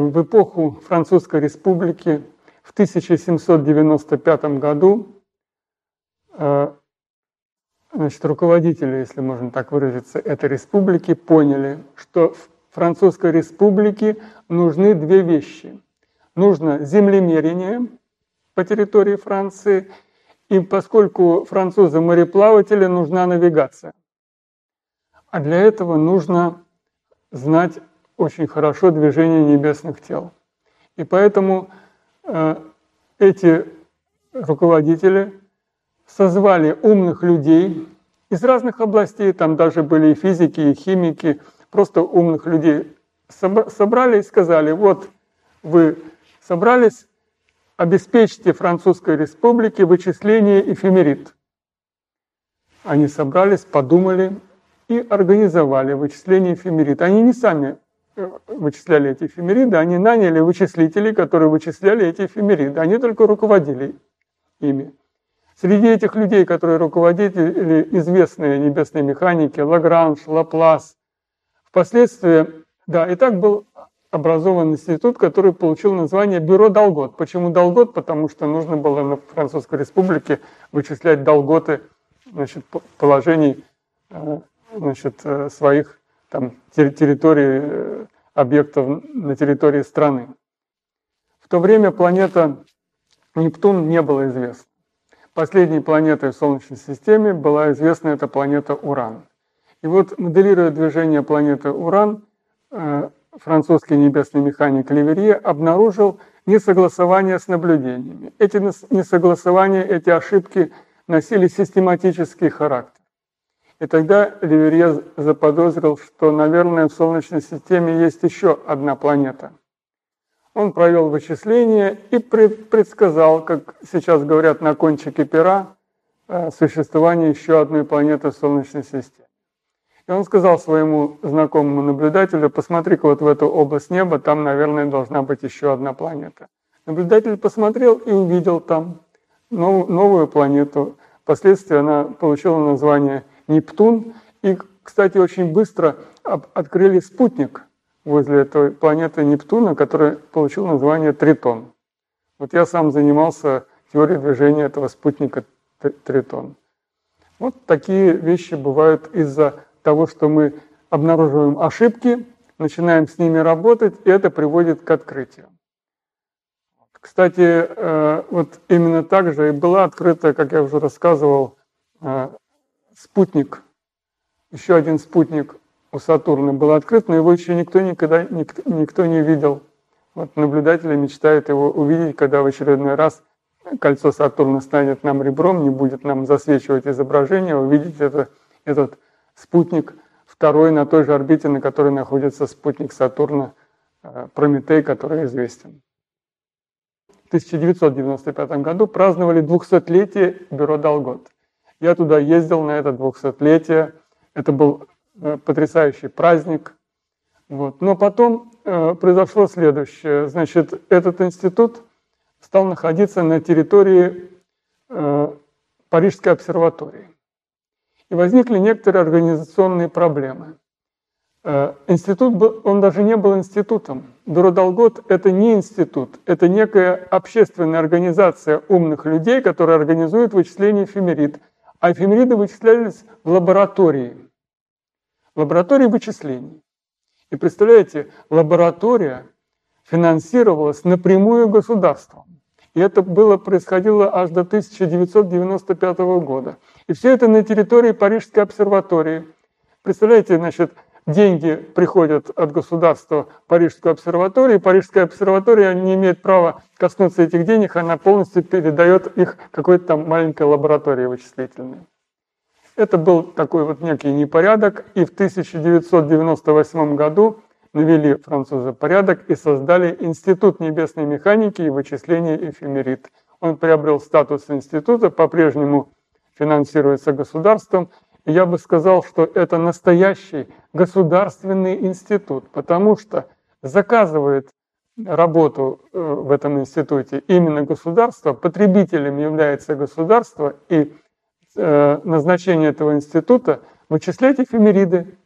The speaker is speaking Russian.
в эпоху Французской Республики в 1795 году руководители, если можно так выразиться, этой республики поняли, что в Французской Республике нужны две вещи. Нужно землемерение по территории Франции, и поскольку французы мореплаватели, нужна навигация. А для этого нужно знать очень хорошо движение небесных тел. И поэтому эти руководители созвали умных людей из разных областей, там даже были и физики, и химики, просто умных людей собрали и сказали: вот вы собрались, обеспечьте Французской Республике вычисление эфемерид. Они собрались, подумали и организовали вычисление эфемерид. Они не сами вычисляли эти эфемериды, они наняли вычислителей, которые вычисляли эти эфемериды. Они только руководили ими. Среди этих людей, которые руководили, известные небесные механики, Лагранж, Лаплас. Впоследствии, да, и так был образован институт, который получил название Бюро Долгот. Почему Долгот? Потому что нужно было на Французской Республике вычислять долготы, значит, положений, значит, своих там территорий, объектов на территории страны. В то время планета Нептун не была известна. Последней планетой в Солнечной системе была известна эта планета Уран. И вот, моделируя движение планеты Уран, французский небесный механик Леверье обнаружил несогласование с наблюдениями. Эти несогласования, эти ошибки носили систематический характер. И тогда Леверье заподозрил, что, наверное, в Солнечной системе есть еще одна планета. Он провел вычисления и предсказал, как сейчас говорят на кончике пера, существование еще одной планеты в Солнечной системе. И он сказал своему знакомому наблюдателю: посмотри-ка вот в эту область неба, там, наверное, должна быть еще одна планета. Наблюдатель посмотрел и увидел там новую планету. Впоследствии она получила название Нептун. И, кстати, очень быстро открыли спутник возле этой планеты Нептуна, который получил название Тритон. Вот я сам занимался теорией движения этого спутника Тритон. Вот такие вещи бывают из-за того, что мы обнаруживаем ошибки, начинаем с ними работать, и это приводит к открытию. Кстати, вот именно так же и была открыта, как я уже рассказывал, спутник, еще один спутник у Сатурна был открыт, но его еще никто не видел. Вот наблюдатели мечтают его увидеть, когда в очередной раз кольцо Сатурна станет нам ребром, не будет нам засвечивать изображение, увидеть этот спутник второй на той же орбите, на которой находится спутник Сатурна Прометей, который известен. В 1995 году праздновали 200-летие Бюро Долгот. Я туда ездил на это 200-летие. Это был потрясающий праздник. Вот. Но потом произошло следующее. Значит, этот институт стал находиться на территории Парижской обсерватории. И возникли некоторые организационные проблемы. Институт, он даже не был институтом. Бюро Долгот — это не институт, это некая общественная организация умных людей, которая организует вычисление эфемерид. А эфемериды вычислялись в лаборатории вычислений. И представляете, лаборатория финансировалась напрямую государством. И это происходило аж до 1995 года. И все это на территории Парижской обсерватории. Представляете, значит, деньги приходят от государства в Парижскую обсерваторию, и Парижская обсерватория не имеет права коснуться этих денег, она полностью передает их какой-то там маленькой лаборатории вычислительной. Это был такой вот некий непорядок, и в 1998 году навели французы порядок и создали Институт небесной механики и вычисления эфемерид. Он приобрел статус института, по-прежнему финансируется государством. И я бы сказал, что это настоящий государственный институт, потому что заказывает работу в этом институте именно государство, потребителем является государство, и назначение этого института — вычислять эфемериды